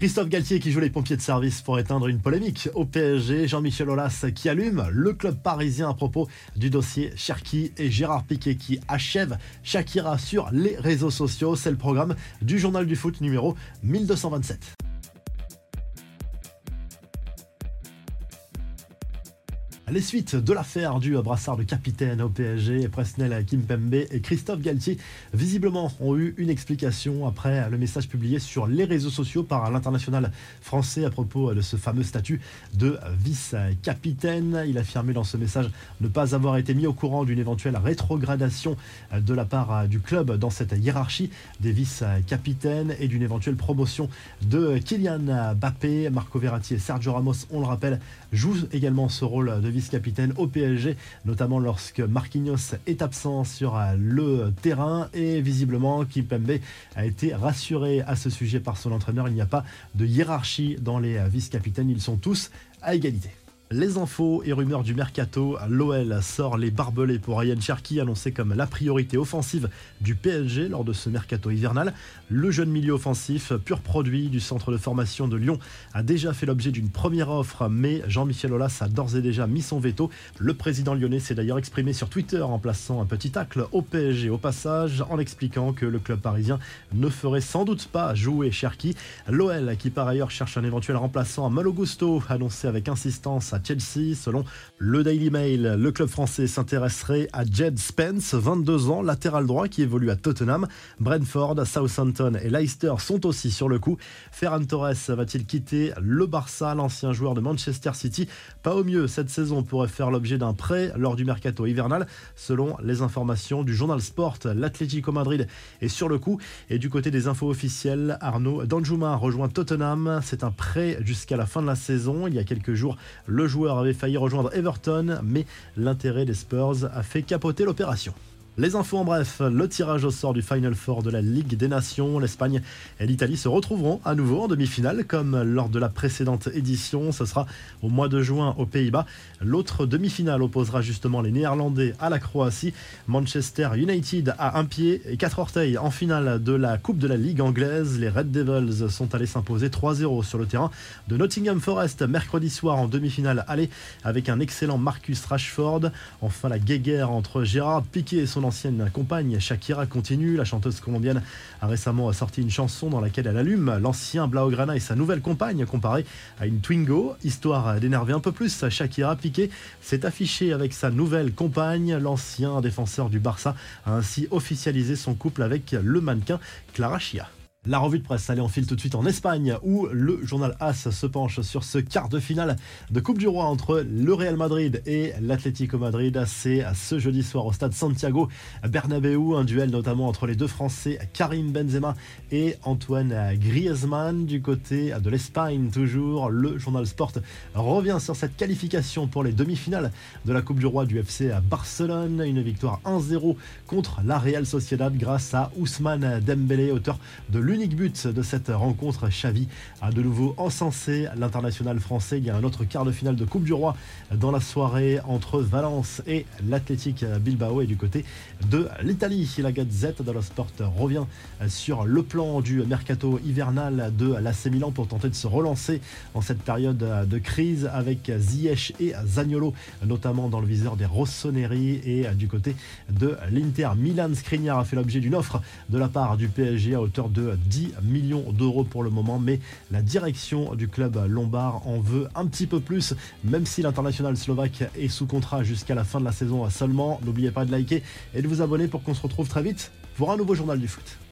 Christophe Galtier qui joue les pompiers de service pour éteindre une polémique au PSG. Jean-Michel Aulas qui allume le club parisien à propos du dossier Cherki et Gérard Piqué qui achève Shakira sur les réseaux sociaux. C'est le programme du Journal du Foot numéro 1227. Les suites de l'affaire du brassard de capitaine au PSG, Presnel Kimpembe et Christophe Galtier, visiblement, ont eu une explication après le message publié sur les réseaux sociaux par l'international français à propos de ce fameux statut de vice-capitaine. Il affirmait dans ce message ne pas avoir été mis au courant d'une éventuelle rétrogradation de la part du club dans cette hiérarchie des vice-capitaines et d'une éventuelle promotion de Kylian Mbappé. Marco Verratti et Sergio Ramos, on le rappelle, jouent également ce rôle de vice-capitaine au PSG, notamment lorsque Marquinhos est absent sur le terrain et visiblement Kimpembe a été rassuré à ce sujet par son entraîneur. Il n'y a pas de hiérarchie dans les vice-capitaines, ils sont tous à égalité. Les infos et rumeurs du mercato, l'OL sort les barbelés pour Ryan Cherki, annoncé comme la priorité offensive du PSG lors de ce mercato hivernal. Le jeune milieu offensif, pur produit du centre de formation de Lyon, a déjà fait l'objet d'une première offre, mais Jean-Michel Aulas a d'ores et déjà mis son veto. Le président lyonnais s'est d'ailleurs exprimé sur Twitter en plaçant un petit tacle au PSG au passage, en expliquant que le club parisien ne ferait sans doute pas jouer Cherki. L'OL, qui par ailleurs cherche un éventuel remplaçant à Malo Gusto, annoncé avec insistance à Chelsea. Selon le Daily Mail, le club français s'intéresserait à Jed Spence, 22 ans, latéral droit qui évolue à Tottenham. Brentford, Southampton et Leicester sont aussi sur le coup. Ferran Torres va-t-il quitter le Barça? L'ancien joueur de Manchester City, pas au mieux cette saison, pourrait faire l'objet d'un prêt lors du mercato hivernal. Selon les informations du journal Sport, l'Atlético Madrid est sur le coup. Et du côté des infos officielles, Arnaud Danjuma rejoint Tottenham. C'est un prêt jusqu'à la fin de la saison. Il y a quelques jours, le joueur avait failli rejoindre Everton, mais l'intérêt des Spurs a fait capoter l'opération. Les infos en bref, le tirage au sort du Final Four de la Ligue des Nations. L'Espagne et l'Italie se retrouveront à nouveau en demi-finale comme lors de la précédente édition. Ce sera au mois de juin aux Pays-Bas. L'autre demi-finale opposera justement les Néerlandais à la Croatie. Manchester United a un pied et 4 orteils en finale de la Coupe de la Ligue anglaise. Les Red Devils sont allés s'imposer 3-0 sur le terrain de Nottingham Forest mercredi soir en demi-finale aller avec un excellent Marcus Rashford. Enfin, la guéguerre entre Gérard Piqué et son ancienne compagne Shakira continue. La chanteuse colombienne a récemment sorti une chanson dans laquelle elle allume l'ancien Blaugrana et sa nouvelle compagne comparée à une Twingo. Histoire d'énerver un peu plus Shakira, Piqué s'est affiché avec sa nouvelle compagne. L'ancien défenseur du Barça a ainsi officialisé son couple avec le mannequin Clara Chia. La revue de presse, allez, on file tout de suite en Espagne où le journal AS se penche sur ce quart de finale de Coupe du Roi entre le Real Madrid et l'Atlético Madrid. C'est ce jeudi soir au stade Santiago Bernabéu, un duel notamment entre les deux Français Karim Benzema et Antoine Griezmann. Du côté de l'Espagne, toujours, le journal Sport revient sur cette qualification pour les demi-finales de la Coupe du Roi du FC à Barcelone. Une victoire 1-0 contre la Real Sociedad grâce à Ousmane Dembélé, auteur de l'unique but de cette rencontre. Xavi a de nouveau encensé l'international français. Il y a un autre quart de finale de Coupe du Roi dans la soirée entre Valence et l'Athletic Bilbao. Et du côté de l'Italie, la Gazette dello Sport revient sur le plan du mercato hivernal de l'AC Milan pour tenter de se relancer en cette période de crise avec Ziyech et Zaniolo notamment dans le viseur des rossoneri. Et du côté de l'Inter, Milan Skriniar a fait l'objet d'une offre de la part du PSG à hauteur de 10 millions d'euros pour le moment, mais la direction du club lombard en veut un petit peu plus, même si l'international slovaque est sous contrat jusqu'à la fin de la saison seulement. N'oubliez pas de liker et de vous abonner pour qu'on se retrouve très vite pour un nouveau journal du foot.